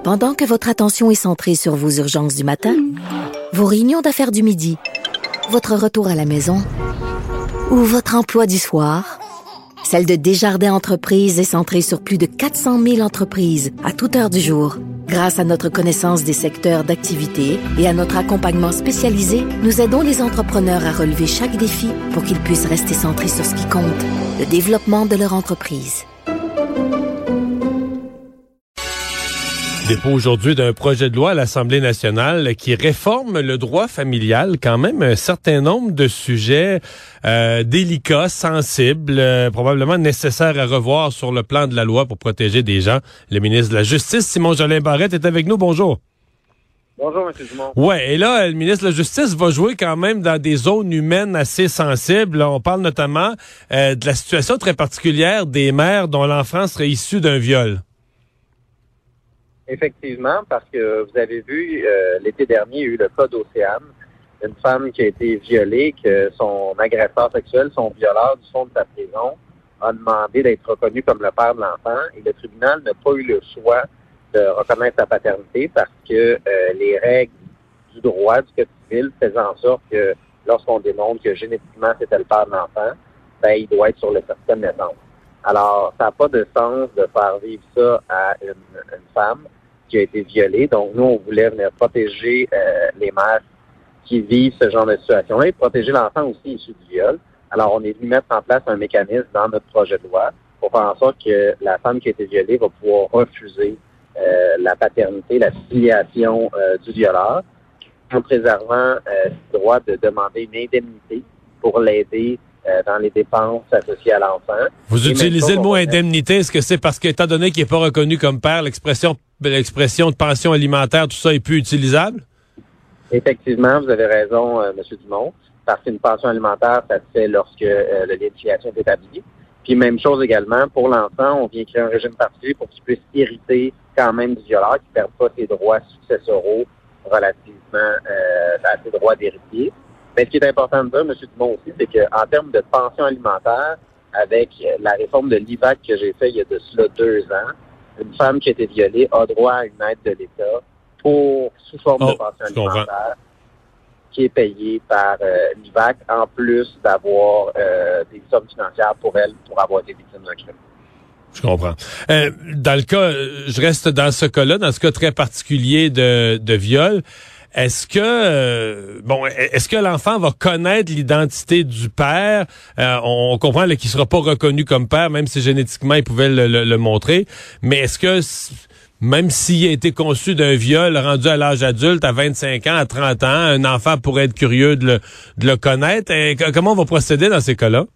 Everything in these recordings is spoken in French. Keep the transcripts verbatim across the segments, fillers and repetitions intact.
Pendant que votre attention est centrée sur vos urgences du matin, vos réunions d'affaires du midi, votre retour à la maison ou votre emploi du soir, celle de Desjardins Entreprises est centrée sur plus de quatre cent mille entreprises à toute heure du jour. Grâce à notre connaissance des secteurs d'activité et à notre accompagnement spécialisé, nous aidons les entrepreneurs à relever chaque défi pour qu'ils puissent rester centrés sur ce qui compte, le développement de leur entreprise. Dépôt aujourd'hui d'un projet de loi à l'Assemblée nationale qui réforme le droit familial, quand même un certain nombre de sujets euh, délicats, sensibles, euh, probablement nécessaires à revoir sur le plan de la loi pour protéger des gens. Le ministre de la Justice, Simon Jolin Barrette, est avec nous. Bonjour. Bonjour, M. Dumont. Ouais, et là, le ministre de la Justice va jouer quand même dans des zones humaines assez sensibles. Là, on parle notamment euh, de la situation très particulière des mères dont l'enfant serait issu d'un viol. Effectivement, parce que vous avez vu, euh, l'été dernier, il y a eu le cas d'Océane, une femme qui a été violée, que son agresseur sexuel, son violeur du fond de sa prison, a demandé d'être reconnu comme le père de l'enfant, et le tribunal n'a pas eu le choix de reconnaître sa paternité parce que euh, les règles du droit du Code civil faisaient en sorte que lorsqu'on démontre que génétiquement c'était le père de l'enfant, ben il doit être sur le certificat de naissance. Alors, ça n'a pas de sens de faire vivre ça à une, une femme qui a été violée. Donc, nous, on voulait venir protéger euh, les mères qui vivent ce genre de situation-là et protéger l'enfant aussi issu du viol. Alors, on est venu mettre en place un mécanisme dans notre projet de loi pour faire en sorte que la femme qui a été violée va pouvoir refuser euh, la paternité, la filiation euh, du violeur, en préservant euh, le droit de demander une indemnité pour l'aider Euh, dans les dépenses associées à l'enfant. Vous Et utilisez le mot on... indemnité. Est-ce que c'est parce qu'étant donné qu'il n'est pas reconnu comme père, l'expression l'expression de pension alimentaire, tout ça est plus utilisable? Effectivement, vous avez raison, euh, M. Dumont, parce qu'une pension alimentaire, ça se fait lorsque euh, le lien de filiation est établi. Puis même chose également, pour l'enfant, on vient créer un régime particulier pour qu'il puisse hériter quand même du violeur, qu'il ne perde pas ses droits successoraux relativement euh, à ses droits d'héritier. Mais ce qui est important de dire, M. Dumont aussi, c'est qu'en termes de pension alimentaire, avec la réforme de l'I V A C que j'ai fait il y a de cela deux ans, une femme qui a été violée a droit à une aide de l'État pour sous forme oh, de pension alimentaire qui est payée par euh, l'I V A C, en plus d'avoir euh, des sommes financières pour elle pour avoir été victime d'un crime. Je comprends. Euh, dans le cas, je reste dans ce cas-là, dans ce cas très particulier de, de viol. Est-ce que euh, bon, est-ce que l'enfant va connaître l'identité du père? Euh, on comprend là, qu'il sera pas reconnu comme père, même si génétiquement il pouvait le, le, le montrer. Mais est-ce que même s'il a été conçu d'un viol rendu à l'âge adulte, à vingt-cinq ans, à trente ans, un enfant pourrait être curieux de le, de le connaître? Et comment on va procéder dans ces cas-là?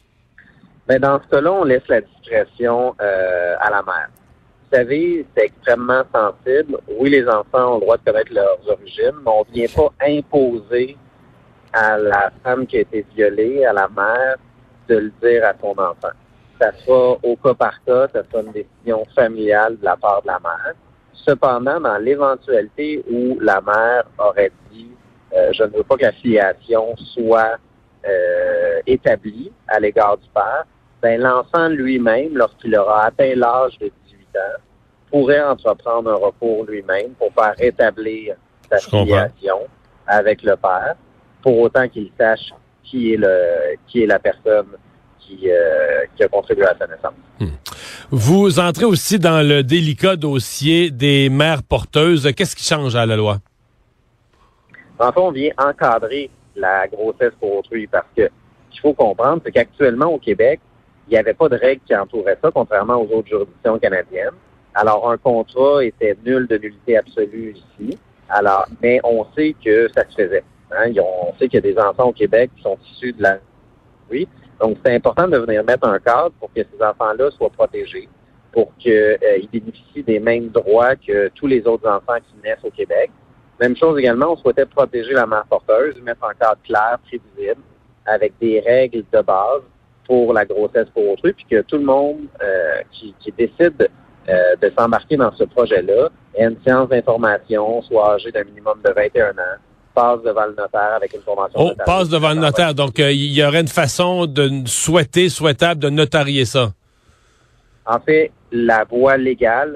Ben dans ce cas-là, on laisse la discrétion euh, à la mère. Vous savez, c'est extrêmement sensible. Oui, les enfants ont le droit de connaître leurs origines, mais on ne vient pas imposer à la femme qui a été violée, à la mère, de le dire à son enfant. Ça sera au cas par cas, ça sera une décision familiale de la part de la mère. Cependant, dans l'éventualité où la mère aurait dit euh, « je ne veux pas que la filiation soit euh, établie à l'égard du père », ben l'enfant lui-même, lorsqu'il aura atteint l'âge de pourrait entreprendre un recours lui-même pour faire rétablir sa filiation avec le père, pour autant qu'il sache qui est le qui est la personne qui, euh, qui a contribué à sa naissance. Hmm. Vous entrez aussi dans le délicat dossier des mères porteuses. Qu'est-ce qui change à la loi? En fait, on vient encadrer la grossesse pour autrui parce que ce qu'il faut comprendre, c'est qu'actuellement au Québec, il n'y avait pas de règles qui entouraient ça, contrairement aux autres juridictions canadiennes. Alors, un contrat était nul de nullité absolue ici. Alors, mais on sait que ça se faisait. Hein? On sait qu'il y a des enfants au Québec qui sont issus de la... Oui. Donc, c'est important de venir mettre un cadre pour que ces enfants-là soient protégés, pour qu'ils euh, bénéficient des mêmes droits que tous les autres enfants qui naissent au Québec. Même chose également, on souhaitait protéger la mère porteuse, mettre un cadre clair, prévisible, avec des règles de base pour la grossesse pour autrui, puis que tout le monde euh, qui, qui décide euh, de s'embarquer dans ce projet-là ait une séance d'information, soit âgé d'un minimum de vingt et un ans, passe devant le notaire avec une convention oh, notariée. Passe devant le notaire. Donc, il euh, y aurait une façon de souhaiter, souhaitable de notarier ça. En fait, la voie légale,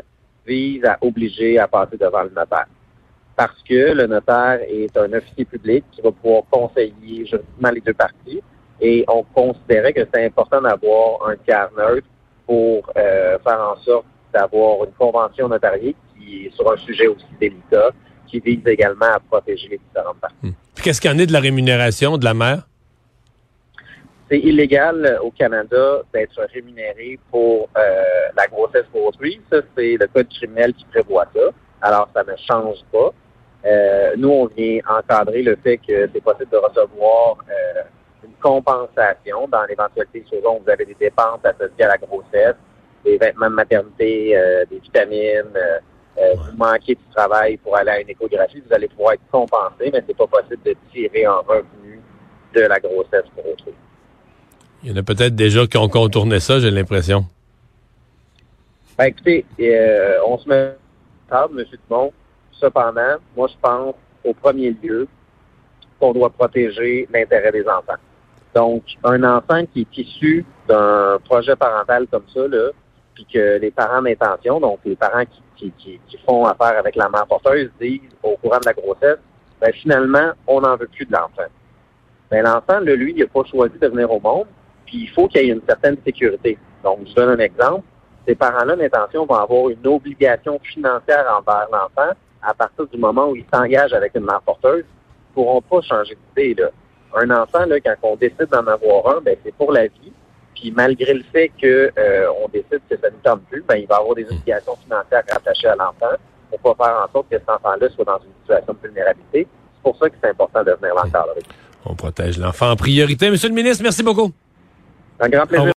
vise à obliger à passer devant le notaire. Parce que le notaire est un officier public qui va pouvoir conseiller juridiquement les deux parties. Et on considérait que c'était important d'avoir un tiers neutre pour euh, faire en sorte d'avoir une convention notariée qui est sur un sujet aussi délicat, qui vise également à protéger les différentes parties. Hum. Puis qu'est-ce qu'il y en est de la rémunération de la mère? C'est illégal au Canada d'être rémunéré pour euh, la grossesse pour autrui. Ça, c'est le code criminel qui prévoit ça. Alors, ça ne change pas. Euh, nous, on vient encadrer le fait que c'est possible de recevoir euh, une compensation dans l'éventualité où vous avez des dépenses associées à la grossesse, des vêtements de maternité, euh, des vitamines, euh, euh, ouais. Vous manquez du travail pour aller à une échographie, vous allez pouvoir être compensé, mais c'est pas possible de tirer un revenu de la grossesse pour autrui. Il y en a peut-être déjà qui ont contourné ça, j'ai l'impression. Ben écoutez, euh, on se met à table, M. Dumont. Cependant, moi, je pense au premier lieu qu'on doit protéger l'intérêt des enfants. Donc, un enfant qui est issu d'un projet parental comme ça, là, puis que les parents d'intention, donc les parents qui, qui, qui, qui font affaire avec la mère porteuse, disent au courant de la grossesse, ben finalement, on n'en veut plus de l'enfant. Ben l'enfant, là, lui, il n'a pas choisi de venir au monde, puis il faut qu'il y ait une certaine sécurité. Donc, je donne un exemple. Ces parents-là d'intention vont avoir une obligation financière envers l'enfant à partir du moment où ils s'engagent avec une mère porteuse. Ils ne pourront pas changer d'idée, là. Un enfant, là, quand on décide d'en avoir un, ben c'est pour la vie. Puis malgré le fait que euh, on décide que ça ne tente plus, ben il va avoir des obligations financières rattachées à l'enfant pour pas faire en sorte que cet enfant-là soit dans une situation de vulnérabilité. C'est pour ça que c'est important de venir l'encadrer. On protège l'enfant en priorité. Monsieur le ministre, merci beaucoup. Un grand plaisir.